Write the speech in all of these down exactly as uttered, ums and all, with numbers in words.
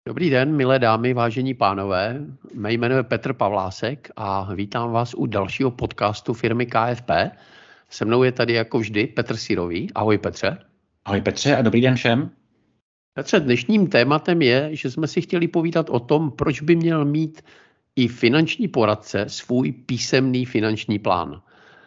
Dobrý den, milé dámy, vážení pánové. Mé jméno je Petr Pavlásek a vítám vás u dalšího podcastu firmy K F P. Se mnou je tady jako vždy Petr Syrový. Ahoj Petře. Ahoj Petře a dobrý den všem. Petře, dnešním tématem je, že jsme si chtěli povídat o tom, proč by měl mít i finanční poradce svůj písemný finanční plán.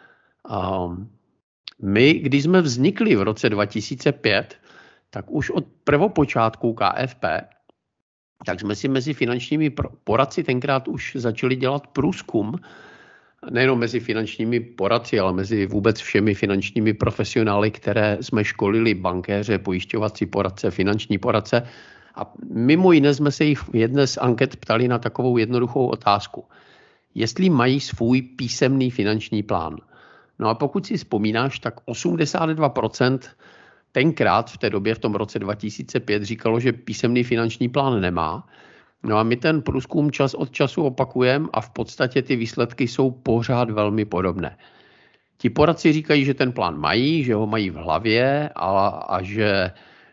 Um, my, když jsme vznikli v roce dva tisíce pět, tak už od prvopočátku K F P tak jsme si mezi finančními poradci tenkrát už začali dělat průzkum, nejenom mezi finančními poradci, ale mezi vůbec všemi finančními profesionály, které jsme školili, bankéře, pojišťovací poradce, finanční poradce. A mimo jiné jsme se jich v jedné z anket ptali na takovou jednoduchou otázku. Jestli mají svůj písemný finanční plán. No a pokud si vzpomínáš, tak osmdesát dva procent tenkrát v té době, v tom roce dva tisíce pět, říkalo, že písemný finanční plán nemá. No a my ten průzkum čas od času opakujeme a v podstatě ty výsledky jsou pořád velmi podobné. Ti poradci říkají, že ten plán mají, že ho mají v hlavě a, a že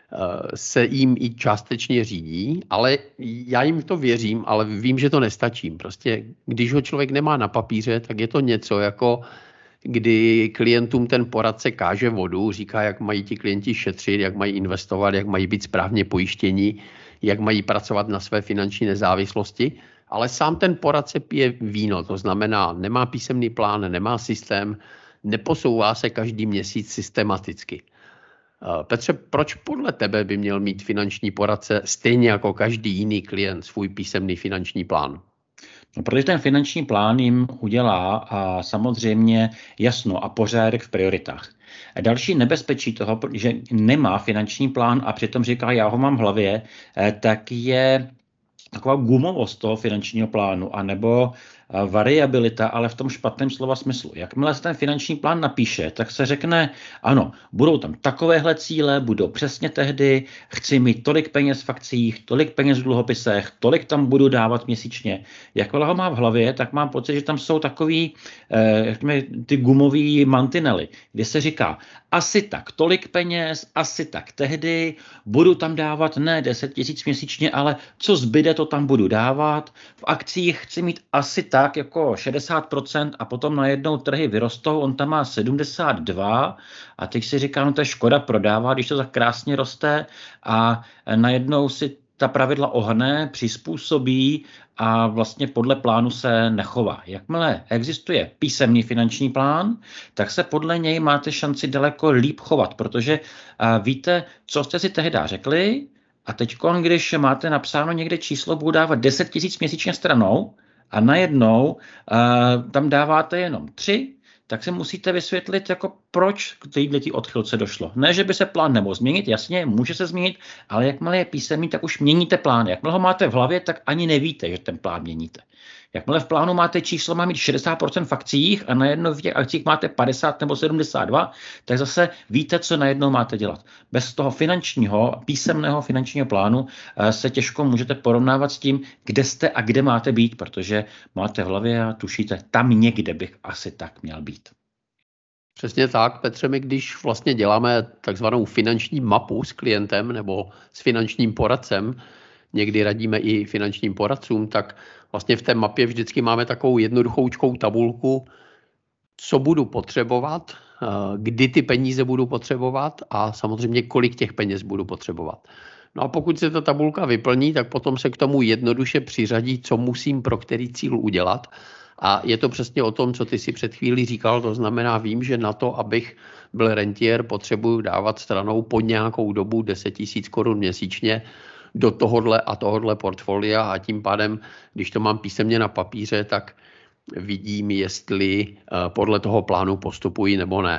se jim i částečně řídí, ale já jim to věřím, ale vím, že to nestačí. Prostě když ho člověk nemá na papíře, tak je to něco jako kdy klientům ten poradce káže vodu, říká, jak mají ti klienti šetřit, jak mají investovat, jak mají být správně pojištění, jak mají pracovat na své finanční nezávislosti, ale sám ten poradce pije víno, to znamená, nemá písemný plán, nemá systém, neposouvá se každý měsíc systematicky. Petře, proč podle tebe by měl mít finanční poradce stejně jako každý jiný klient svůj písemný finanční plán? No, protože ten finanční plán jim udělá a samozřejmě jasno a pořádek v prioritách. A další nebezpečí toho, že nemá finanční plán a přitom říká, já ho mám v hlavě, tak je taková gumovost toho finančního plánu, anebo variabilita, ale v tom špatném slova smyslu. Jakmile se ten finanční plán napíše, tak se řekne, ano, budou tam takovéhle cíle, budou přesně tehdy, chci mít tolik peněz v akcích, tolik peněz v dluhopisech, tolik tam budu dávat měsíčně. Jakmile ho mám v hlavě, tak mám pocit, že tam jsou takový eh, ty gumový mantinely, kde se říká, asi tak tolik peněz, asi tak tehdy, budu tam dávat ne deset tisíc měsíčně, ale co zbyde, to tam budu dávat. V akcích chci mít asi tak jako šedesát procent a potom najednou trhy vyrostou, on tam má sedmdesát dva a teď si říká, no to je škoda prodávat, když to tak krásně roste a najednou si ta pravidla ohne, přizpůsobí a vlastně podle plánu se nechová. Jakmile existuje písemný finanční plán, tak se podle něj máte šanci daleko líp chovat, protože víte, co jste si tehdy řekli a teď, když máte napsáno někde číslo, budu dávat deset tisíc měsíčně stranou a najednou uh, tam dáváte jenom tři, tak se musíte vysvětlit, jako proč k této odchylce došlo. Ne, že by se plán nemohl změnit, jasně, může se změnit, ale jakmile je písemný, tak už měníte plán. Jakmile ho máte v hlavě, tak ani nevíte, že ten plán měníte. Jakmile v plánu máte číslo, má mít šedesát procent v akcích a najednou v těch akcích máte padesát nebo sedmdesát dva, tak zase víte, co najednou máte dělat. Bez toho finančního, písemného finančního plánu se těžko můžete porovnávat s tím, kde jste a kde máte být, protože máte v hlavě a tušíte, tam někde bych asi tak měl být. Přesně tak, Petře, my když vlastně děláme takzvanou finanční mapu s klientem nebo s finančním poradcem, někdy radíme i finančním poradcům, tak vlastně v té mapě vždycky máme takovou jednoduchoučkou tabulku, co budu potřebovat, kdy ty peníze budu potřebovat a samozřejmě kolik těch peněz budu potřebovat. No a pokud se ta tabulka vyplní, tak potom se k tomu jednoduše přiřadí, co musím pro který cíl udělat. A je to přesně o tom, co ty si před chvílí říkal, to znamená, vím, že na to, abych byl rentier, potřebuju dávat stranou pod nějakou dobu deset tisíc korun měsíčně do tohodle a tohodle portfolia a tím pádem, když to mám písemně na papíře, tak vidím, jestli podle toho plánu postupují nebo ne.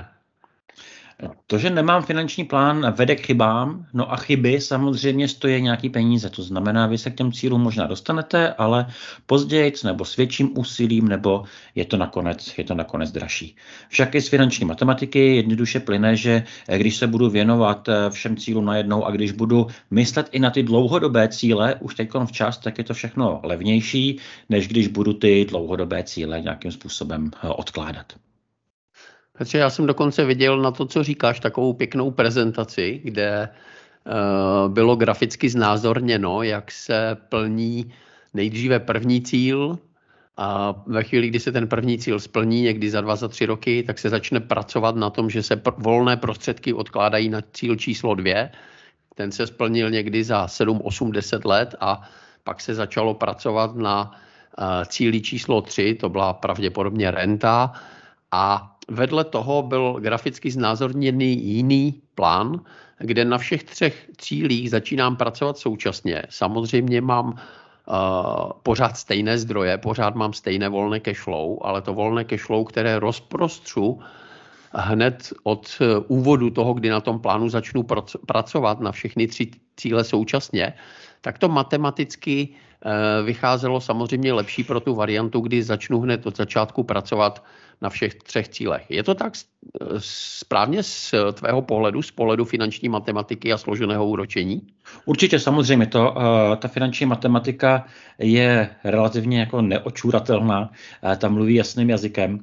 To, že nemám finanční plán, vede k chybám, no a chyby samozřejmě stojí nějaký peníze. To znamená, vy se k těm cílům možná dostanete, ale později nebo s větším úsilím, nebo je to nakonec, je to nakonec dražší. Však i z finanční matematiky jednoduše plyne, že když se budu věnovat všem cílům najednou a když budu myslet i na ty dlouhodobé cíle, už teď včas, tak je to všechno levnější, než když budu ty dlouhodobé cíle nějakým způsobem odkládat. Petře, já jsem dokonce viděl na to, co říkáš, takovou pěknou prezentaci, kde bylo graficky znázorněno, jak se plní nejdříve první cíl a ve chvíli, kdy se ten první cíl splní, někdy za dva, za tři roky, tak se začne pracovat na tom, že se pr- volné prostředky odkládají na cíl číslo dvě. Ten se splnil někdy za sedm, osm, deset let a pak se začalo pracovat na uh, cíli číslo tři, to byla pravděpodobně renta a vedle toho byl graficky znázorněný jiný plán, kde na všech třech cílích začínám pracovat současně. Samozřejmě mám Uh, pořád stejné zdroje, pořád mám stejné volné cash flow, ale to volné cash flow, které rozprostřu hned od úvodu toho, kdy na tom plánu začnu prac- pracovat na všechny tři cíle současně, tak to matematicky uh, vycházelo samozřejmě lepší pro tu variantu, kdy začnu hned od začátku pracovat na všech třech cílech. Je to tak správně z tvého pohledu, z pohledu finanční matematiky a složeného úročení? Určitě, samozřejmě. To, uh, ta finanční matematika je relativně jako neočuratelná, uh, tam mluví jasným jazykem.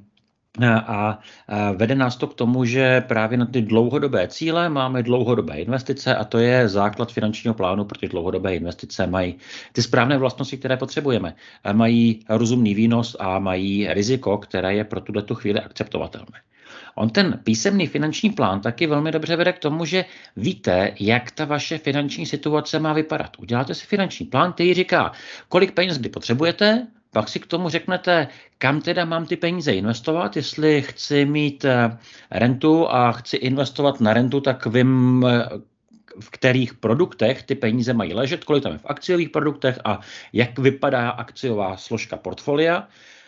A vede nás to k tomu, že právě na ty dlouhodobé cíle máme dlouhodobé investice a to je základ finančního plánu, protože dlouhodobé investice mají ty správné vlastnosti, které potřebujeme. Mají rozumný výnos a mají riziko, které je pro tuto chvíli akceptovatelné. On ten písemný finanční plán taky velmi dobře vede k tomu, že víte, jak ta vaše finanční situace má vypadat. Uděláte si finanční plán, který říká, kolik peněz kdy potřebujete, pak si k tomu řeknete, kam teda mám ty peníze investovat, jestli chci mít rentu a chci investovat na rentu, tak vím, v kterých produktech ty peníze mají ležet, kolik tam je v akciových produktech a jak vypadá akciová složka portfolia.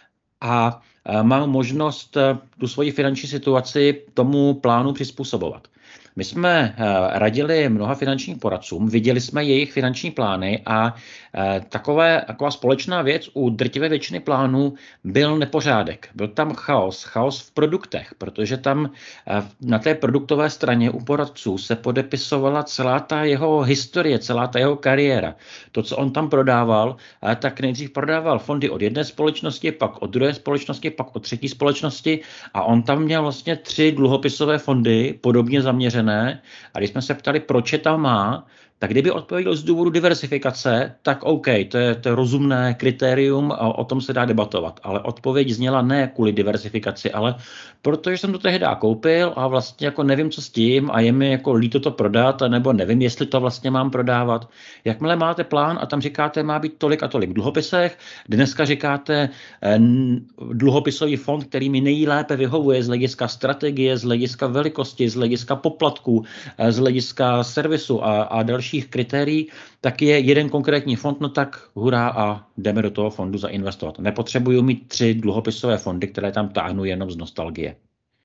A mám možnost tu svoji finanční situaci tomu plánu přizpůsobovat. My jsme radili mnoha finančním poradcům, viděli jsme jejich finanční plány a takové, taková společná věc u drtivé většiny plánů byl nepořádek. Byl tam chaos, chaos v produktech, protože tam na té produktové straně u poradců se podepisovala celá ta jeho historie, celá ta jeho kariéra. To, co on tam prodával, tak nejdřív prodával fondy od jedné společnosti, pak od druhé společnosti, pak od třetí společnosti a on tam měl vlastně tři dluhopisové fondy, podobně zaměřené. A když jsme se ptali, proč je tam má, tak kdyby odpověděl z důvodu diversifikace, tak OK, to je, to je rozumné kritérium a o tom se dá debatovat. Ale odpověď zněla ne kvůli diversifikaci, ale protože jsem to tehdy koupil a vlastně jako nevím, co s tím a je mi jako líto to prodat, nebo nevím, jestli to vlastně mám prodávat. Jakmile máte plán a tam říkáte, má být tolik a tolik v dluhopisech, dneska říkáte eh, dluhopisový fond, který mi nejlépe vyhovuje z hlediska strategie, z hlediska velikosti, z hlediska poplatků, eh, z hlediska servisu a, a další kritérií, tak je jeden konkrétní fond, no tak hurá a jdeme do toho fondu zainvestovat. Nepotřebuju mít tři dluhopisové fondy, které tam táhnu jenom z nostalgie.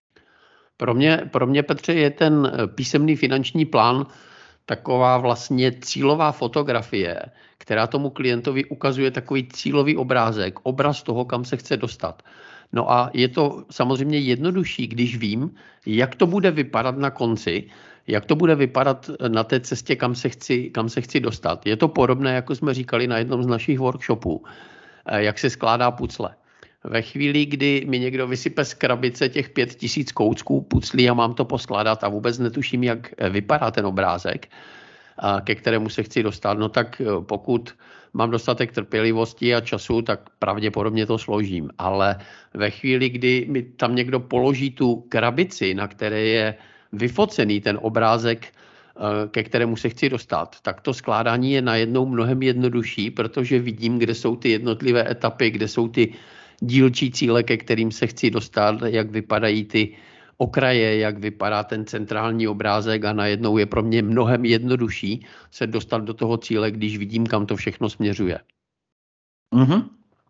Pro mě, pro mě, Petře, je ten písemný finanční plán taková vlastně cílová fotografie, která tomu klientovi ukazuje takový cílový obrázek, obraz toho, kam se chce dostat. No a je to samozřejmě jednodušší, když vím, jak to bude vypadat na konci, jak to bude vypadat na té cestě, kam se chci, kam se chci dostat. Je to podobné, jako jsme říkali na jednom z našich workshopů, jak se skládá pucle. Ve chvíli, kdy mi někdo vysype z krabice těch pět tisíc kousků puclí a mám to poskládat a vůbec netuším, jak vypadá ten obrázek, ke kterému se chci dostat, no tak pokud mám dostatek trpělivosti a času, tak pravděpodobně to složím. Ale ve chvíli, kdy mi tam někdo položí tu krabici, na které je vyfocený ten obrázek, ke kterému se chci dostat, tak to skládání je najednou mnohem jednodušší, protože vidím, kde jsou ty jednotlivé etapy, kde jsou ty dílčí cíle, ke kterým se chci dostat, jak vypadají ty okraje, jak vypadá ten centrální obrázek a najednou je pro mě mnohem jednodušší se dostat do toho cíle, když vidím, kam to všechno směřuje. Mm-hmm.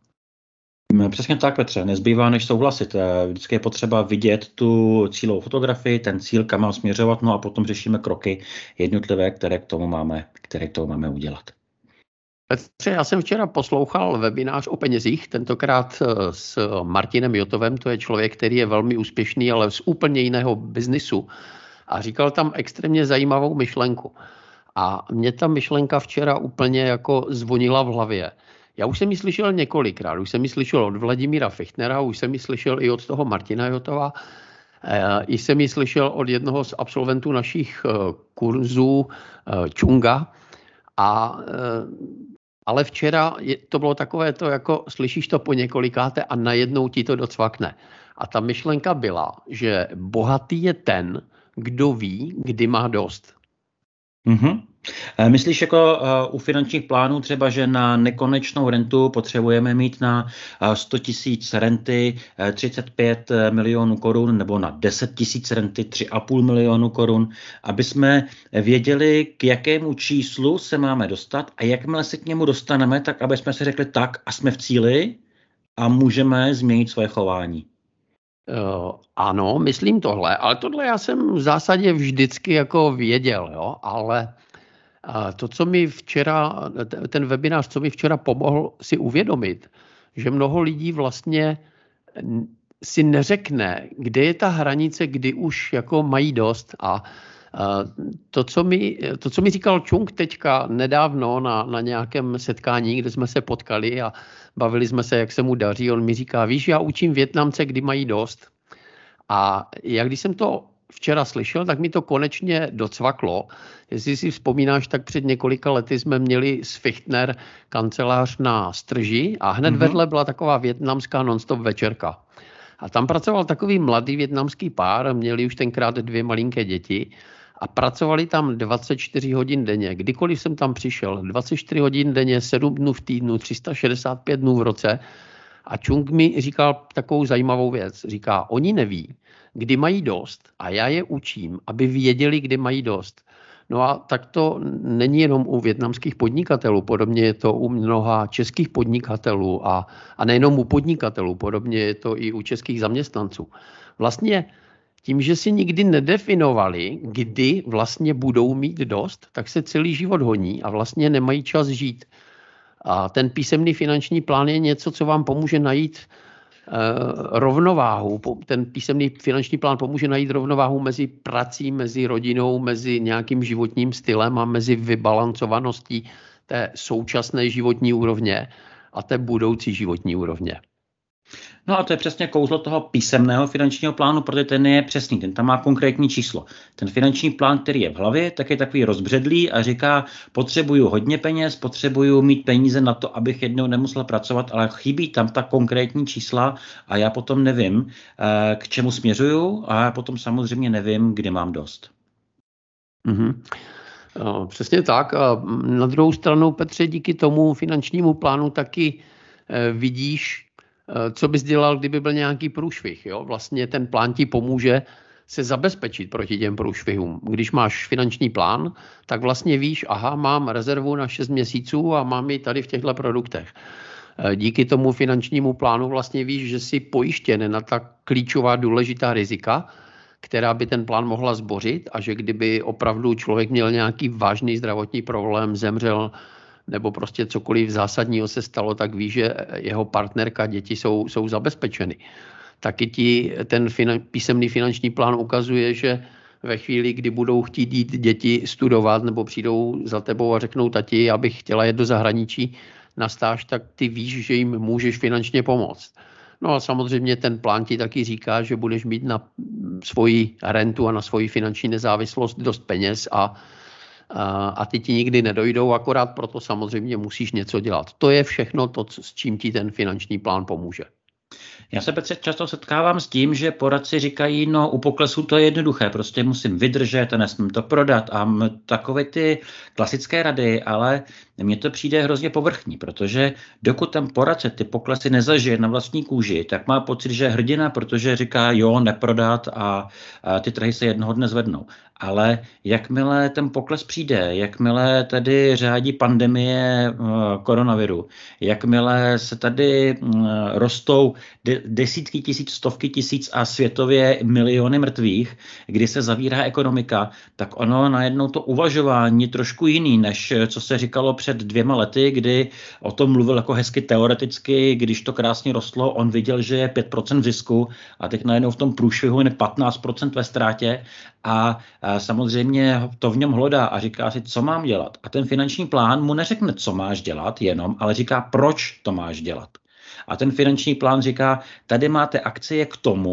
Přesně tak, Petře, nezbývá než souhlasit. Vždycky je potřeba vidět tu cílovou fotografii, ten cíl, kam mám směřovat, no a potom řešíme kroky jednotlivé, které k tomu máme, které k tomu máme udělat. Petře, já jsem včera poslouchal webinář o penězích, tentokrát s Martinem Jotovem, to je člověk, který je velmi úspěšný, ale z úplně jiného biznisu. A říkal tam extrémně zajímavou myšlenku. A mě ta myšlenka včera úplně jako zvonila v hlavě. Já už jsem ji slyšel několikrát, už jsem ji slyšel od Vladimíra Fichtnera, už jsem ji slyšel i od toho Martina Jotova. I jsem ji slyšel od jednoho z absolventů našich kurzů, Čunga, a, ale včera to bylo takové to, jako slyšíš to po několikáté a najednou ti to docvakne. A ta myšlenka byla, že bohatý je ten, kdo ví, kdy má dost. Mm-hmm. Myslíš jako uh, u finančních plánů třeba, že na nekonečnou rentu potřebujeme mít na uh, sto tisíc renty uh, třicet pět milionů korun nebo na deset tisíc renty tři a půl milionu korun, aby jsme věděli, k jakému číslu se máme dostat a jakmile se k němu dostaneme, tak aby jsme si řekli tak a jsme v cíli a můžeme změnit svoje chování. Uh, ano, myslím tohle, ale tohle já jsem v zásadě vždycky jako věděl, jo, ale uh, to, co mi včera, ten webinář, co mi včera pomohl si uvědomit, že mnoho lidí vlastně si neřekne, kde je ta hranice, kdy už jako mají dost. A uh, to, co mi, to, co mi říkal Chung teďka nedávno na, na nějakém setkání, kde jsme se potkali a bavili jsme se, jak se mu daří. On mi říká, víš, já učím Vietnamce, kdy mají dost. A jak když jsem to včera slyšel, tak mi to konečně docvaklo. Jestli si vzpomínáš, tak před několika lety jsme měli s Fichtner kancelář na Strži a hned mm-hmm. vedle byla taková vietnamská non-stop večerka. A tam pracoval takový mladý vietnamský pár, měli už tenkrát dvě malinké děti a pracovali tam dvacet čtyři hodin denně. Kdykoliv jsem tam přišel, dvacet čtyři hodin denně, sedm dnů v týdnu, tři sta šedesát pět dnů v roce. A Chung mi říkal takovou zajímavou věc. Říká, oni neví, kdy mají dost a já je učím, aby věděli, kdy mají dost. No a tak to není jenom u vietnamských podnikatelů, podobně je to u mnoha českých podnikatelů a, a nejenom u podnikatelů, podobně je to i u českých zaměstnanců. Vlastně tím, že si nikdy nedefinovali, kdy vlastně budou mít dost, tak se celý život honí a vlastně nemají čas žít. A ten písemný finanční plán je něco, co vám pomůže najít uh, rovnováhu. Ten písemný finanční plán pomůže najít rovnováhu mezi prací, mezi rodinou, mezi nějakým životním stylem a mezi vybalancovaností té současné životní úrovně a té budoucí životní úrovně. No a to je přesně kouzlo toho písemného finančního plánu, protože ten je přesný, ten tam má konkrétní číslo. Ten finanční plán, který je v hlavě, tak je takový rozbředlý a říká, potřebuju hodně peněz, potřebuju mít peníze na to, abych jednou nemusel pracovat, ale chybí tam ta konkrétní čísla a já potom nevím, k čemu směřuju a já potom samozřejmě nevím, kdy mám dost. Mm-hmm. Přesně tak. A na druhou stranu, Petře, díky tomu finančnímu plánu taky vidíš, co bys dělal, kdyby byl nějaký průšvih. Jo? Vlastně ten plán ti pomůže se zabezpečit proti těm průšvihům. Když máš finanční plán, tak vlastně víš, aha, mám rezervu na šest měsíců a mám ji tady v těchto produktech. Díky tomu finančnímu plánu vlastně víš, že jsi pojištěn na ta klíčová důležitá rizika, která by ten plán mohla zbořit a že kdyby opravdu člověk měl nějaký vážný zdravotní problém, zemřel nebo prostě cokoliv zásadního se stalo, tak ví, že jeho partnerka, děti jsou, jsou zabezpečeny. Taky ti ten finan, písemný finanční plán ukazuje, že ve chvíli, kdy budou chtít jít děti studovat nebo přijdou za tebou a řeknou, tati, já bych chtěla jet do zahraničí na stáž, tak ty víš, že jim můžeš finančně pomoct. No a samozřejmě ten plán ti taky říká, že budeš mít na svoji rentu a na svoji finanční nezávislost dost peněz a a ty ti nikdy nedojdou, akorát proto samozřejmě musíš něco dělat. To je všechno to, s čím ti ten finanční plán pomůže. Já se, Petře, často setkávám s tím, že poradci říkají, no u poklesu to je jednoduché, prostě musím vydržet a nesmím to prodat a takové ty klasické rady, ale mně to přijde hrozně povrchní, protože dokud ten poradce ty poklesy nezažije na vlastní kůži, tak má pocit, že je hrdina, protože říká jo, neprodat a, a ty trhy se jednoho dne zvednou. Ale jakmile ten pokles přijde, jakmile tady řádí pandemie uh, koronaviru, jakmile se tady uh, rostou de- desítky tisíc, stovky tisíc a světově miliony mrtvých, kdy se zavírá ekonomika, tak ono najednou to uvažování je trošku jiný, než co se říkalo před dvěma lety, kdy o tom mluvil jako hezky teoreticky, když to krásně rostlo, on viděl, že je pět procent zisku a teď najednou v tom průšvihu je patnáct procent ve ztrátě a, a samozřejmě to v něm hlodá a říká si, co mám dělat. A ten finanční plán mu neřekne, co máš dělat jenom, ale říká, proč to máš dělat. A ten finanční plán říká, tady máte akcie k tomu,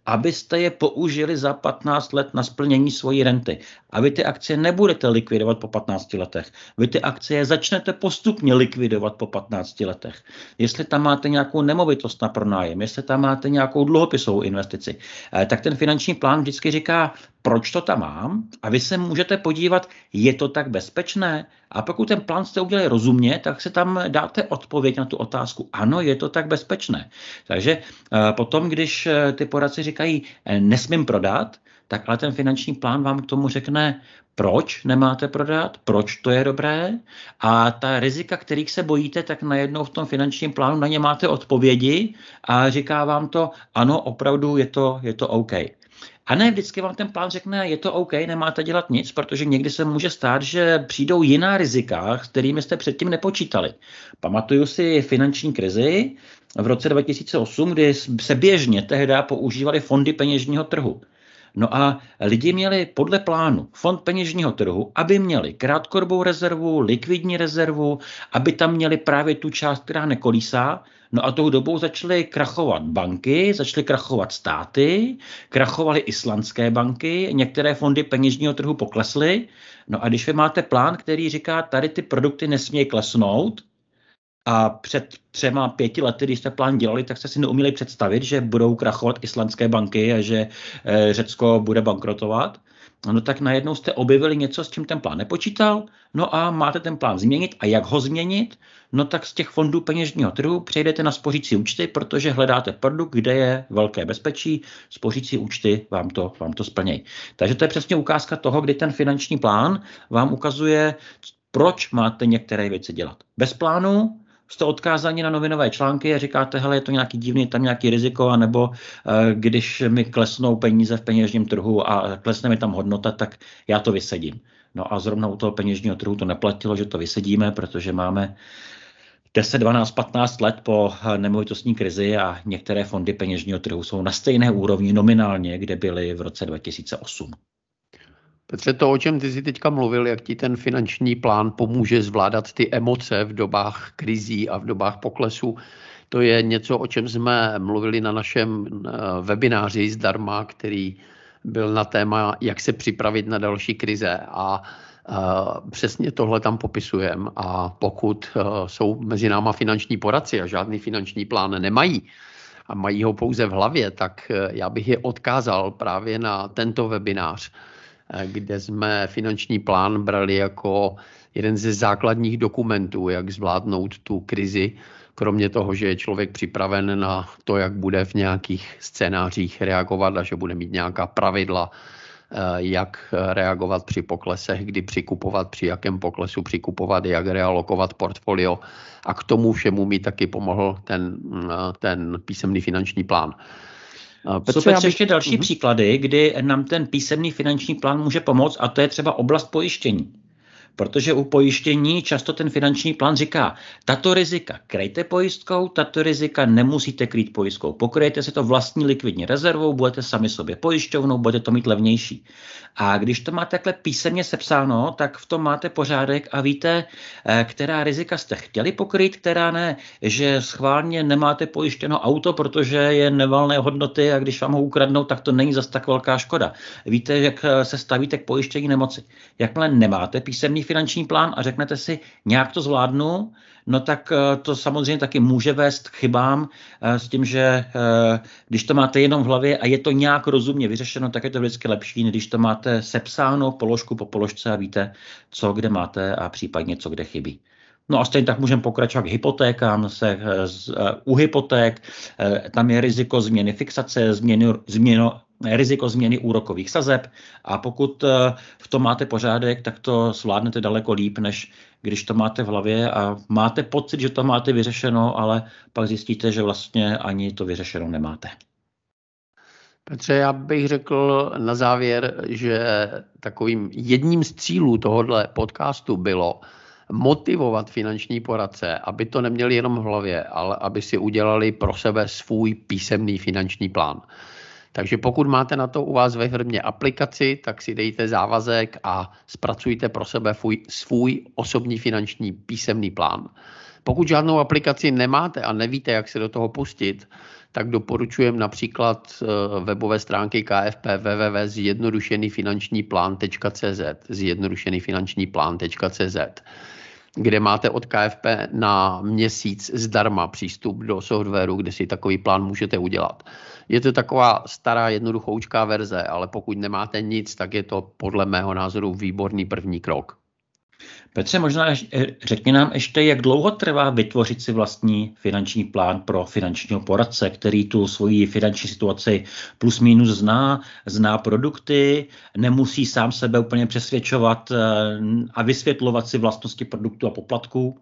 abyste je použili za patnáct let na splnění svojí renty. A vy ty akcie nebudete likvidovat po patnácti letech. Vy ty akcie začnete postupně likvidovat po patnácti letech. Jestli tam máte nějakou nemovitost na pronájem, jestli tam máte nějakou dluhopisovou investici, tak ten finanční plán vždycky říká, proč to tam mám, a vy se můžete podívat, je to tak bezpečné? A pokud ten plán jste udělali rozumně, tak se tam dáte odpověď na tu otázku. Ano, je to tak bezpečné. Takže potom, když ty poradci říkají, nesmím prodat, tak ale ten finanční plán vám k tomu řekne, proč nemáte prodat, proč to je dobré, a ta rizika, kterých se bojíte, tak najednou v tom finančním plánu na ně máte odpovědi a říká vám to, ano, opravdu je to, je to OK. A ne vždycky vám ten plán řekne, je to OK, nemáte dělat nic, protože někdy se může stát, že přijdou jiná rizika, s kterými jste předtím nepočítali. Pamatuju si finanční krizi v roce dva tisíce osm, kdy se běžně tehdy používaly fondy peněžního trhu. No a lidi měli podle plánu fond peněžního trhu, aby měli krátkodobou rezervu, likvidní rezervu, aby tam měli právě tu část, která nekolísá. No a tou dobou začaly krachovat banky, začaly krachovat státy, krachovaly islandské banky, některé fondy peněžního trhu poklesly. No a když vy máte plán, který říká, tady ty produkty nesmějí klesnout, a před třema, pěti lety, když jste plán dělali, tak jste si neuměli představit, že budou krachovat islandské banky a že e, Řecko bude bankrotovat. No tak najednou jste objevili něco, s čím ten plán nepočítal, no a máte ten plán změnit. A jak ho změnit? No tak z těch fondů peněžního trhu přejdete na spořící účty, protože hledáte produkt, kde je velké bezpečí, spořící účty vám to, vám to splnějí. Takže to je přesně ukázka toho, kdy ten finanční plán vám ukazuje, proč máte některé věci dělat. Bez plánu jste odkázáni na novinové články a říkáte, hele, je to nějaký divný, tam nějaký riziko, anebo uh, když mi klesnou peníze v peněžním trhu a klesne mi tam hodnota, tak já to vysedím. No a zrovna u toho peněžního trhu to neplatilo, že to vysedíme, protože máme deset, dvanáct, patnáct let po nemovitostní krizi a některé fondy peněžního trhu jsou na stejné úrovni nominálně, kde byly v roce dva tisíce osm. Petře, to, o čem ty jsi teďka mluvil, jak ti ten finanční plán pomůže zvládat ty emoce v dobách krizí a v dobách poklesu, to je něco, o čem jsme mluvili na našem webináři zdarma, který byl na téma, jak se připravit na další krize, a Uh, přesně tohle tam popisujeme. A pokud uh, jsou mezi náma finanční poradci a žádný finanční plán nemají a mají ho pouze v hlavě, tak uh, já bych je odkázal právě na tento webinář, uh, kde jsme finanční plán brali jako jeden ze základních dokumentů, jak zvládnout tu krizi, kromě toho, že je člověk připraven na to, jak bude v nějakých scénářích reagovat a že bude mít nějaká pravidla, jak reagovat při poklesech, kdy přikupovat, při jakém poklesu přikupovat, jak realokovat portfolio, a k tomu všemu mi taky pomohl ten, ten písemný finanční plán. Petře, Jsou Petře, ještě další uh-huh. příklady, kdy nám ten písemný finanční plán může pomoct, a to je třeba oblast pojištění. Protože u pojištění často ten finanční plán říká, tato rizika kryjte pojistkou, tato rizika nemusíte krýt pojistkou. Pokryjete si to vlastní likvidní rezervou, budete sami sobě pojišťovnou, budete to mít levnější. A když to máte takhle písemně sepsáno, tak v tom máte pořádek a víte, která rizika jste chtěli pokrýt, která ne. Že schválně nemáte pojištěno auto, protože je nevalné hodnoty a když vám ho ukradnou, tak to není zas tak velká škoda. Víte, jak se stavíte k pojištění nemoci. Jakmile nemáte písemný finanční plán a řeknete si, nějak to zvládnu, no tak to samozřejmě taky může vést k chybám s tím, že když to máte jenom v hlavě a je to nějak rozumně vyřešeno, tak je to vždycky lepší, než když to máte sepsáno položku po položce a víte, co kde máte a případně co kde chybí. No a stejně tak můžeme pokračovat k hypotékám, se, u hypoték, tam je riziko změny fixace, změny, změno, riziko změny úrokových sazeb, a pokud v tom máte pořádek, tak to zvládnete daleko líp, než když to máte v hlavě a máte pocit, že to máte vyřešeno, ale pak zjistíte, že vlastně ani to vyřešeno nemáte. Petře, já bych řekl na závěr, že takovým jedním z cílů tohohle podcastu bylo motivovat finanční poradce, aby to neměli jenom v hlavě, ale aby si udělali pro sebe svůj písemný finanční plán. Takže pokud máte na to u vás ve firmě aplikaci, tak si dejte závazek a zpracujte pro sebe svůj, svůj osobní finanční písemný plán. Pokud žádnou aplikaci nemáte a nevíte, jak se do toho pustit, tak doporučujeme například webové stránky K F P w w w tečka zjednodušený finanční plán tečka c z, zjednodušený finanční plán tečka c z, kde máte od K F P na měsíc zdarma přístup do softwaru, kde si takový plán můžete udělat. Je to taková stará jednoduchoučká verze, ale pokud nemáte nic, tak je to podle mého názoru výborný první krok. Petře, možná řekni nám ještě, jak dlouho trvá vytvořit si vlastní finanční plán pro finančního poradce, který tu svoji finanční situaci plus minus zná, zná produkty, nemusí sám sebe úplně přesvědčovat a vysvětlovat si vlastnosti produktu a poplatků?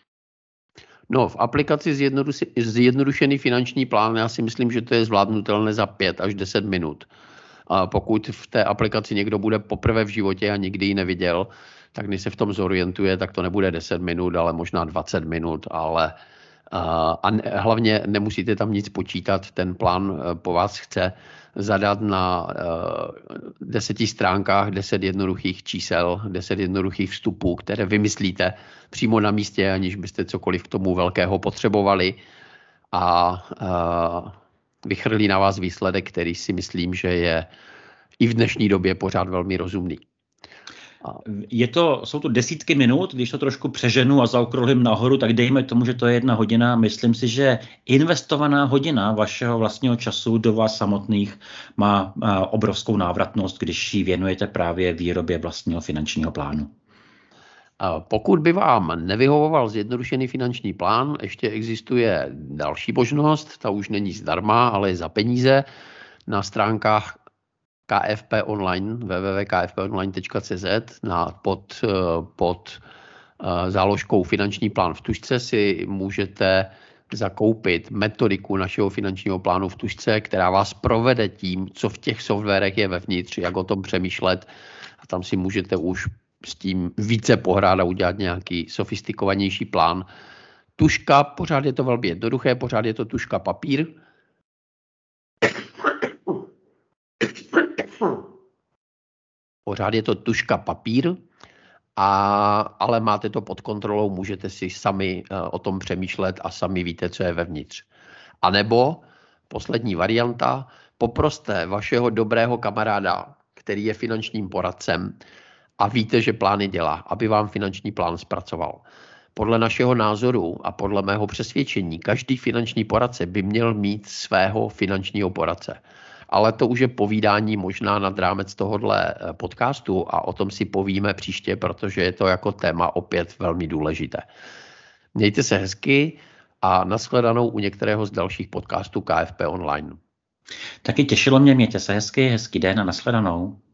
No, v aplikaci Zjednodušený finanční plán já si myslím, že to je zvládnutelné za pět až deset minut. A pokud v té aplikaci někdo bude poprvé v životě a nikdy ji neviděl, tak když se v tom zorientuje, tak to nebude deset minut, ale možná dvacet minut, ale a hlavně nemusíte tam nic počítat, ten plán po vás chce zadat na deseti stránkách deset jednoduchých čísel, deset jednoduchých vstupů, které vymyslíte přímo na místě, aniž byste cokoliv k tomu velkého potřebovali a vychrlí na vás výsledek, který si myslím, že je i v dnešní době pořád velmi rozumný. Je to, jsou to desítky minut, když to trošku přeženu a zaokrouhlím nahoru, tak dejme tomu, že to je jedna hodina. Myslím si, že investovaná hodina vašeho vlastního času do vás samotných má obrovskou návratnost, když ji věnujete právě výrobě vlastního finančního plánu. Pokud by vám nevyhovoval zjednodušený finanční plán, ještě existuje další možnost, ta už není zdarma, ale je za peníze na stránkách K F P online, w w w tečka k f p online tečka c z, na, pod, pod záložkou finanční plán v tužce si můžete zakoupit metodiku našeho finančního plánu v tužce, která vás provede tím, co v těch softwarech je vevnitř, jak o tom přemýšlet. A tam si můžete už s tím více pohrát a udělat nějaký sofistikovanější plán. Tužka, pořád je to velmi jednoduché, pořád je to tužka papír. Pořád je to tužka papír, a, ale máte to pod kontrolou, můžete si sami uh, o tom přemýšlet a sami víte, co je vevnitř. A nebo poslední varianta, poproste vašeho dobrého kamaráda, který je finančním poradcem a víte, že plány dělá, aby vám finanční plán zpracoval. Podle našeho názoru a podle mého přesvědčení každý finanční poradce by měl mít svého finančního poradce. Ale to už je povídání možná nad rámec tohohle podcastu a o tom si povíme příště, protože je to jako téma opět velmi důležité. Mějte se hezky a nashledanou u některého z dalších podcastů K F P online. Taky těšilo mě, mějte se hezky, hezký den a nashledanou.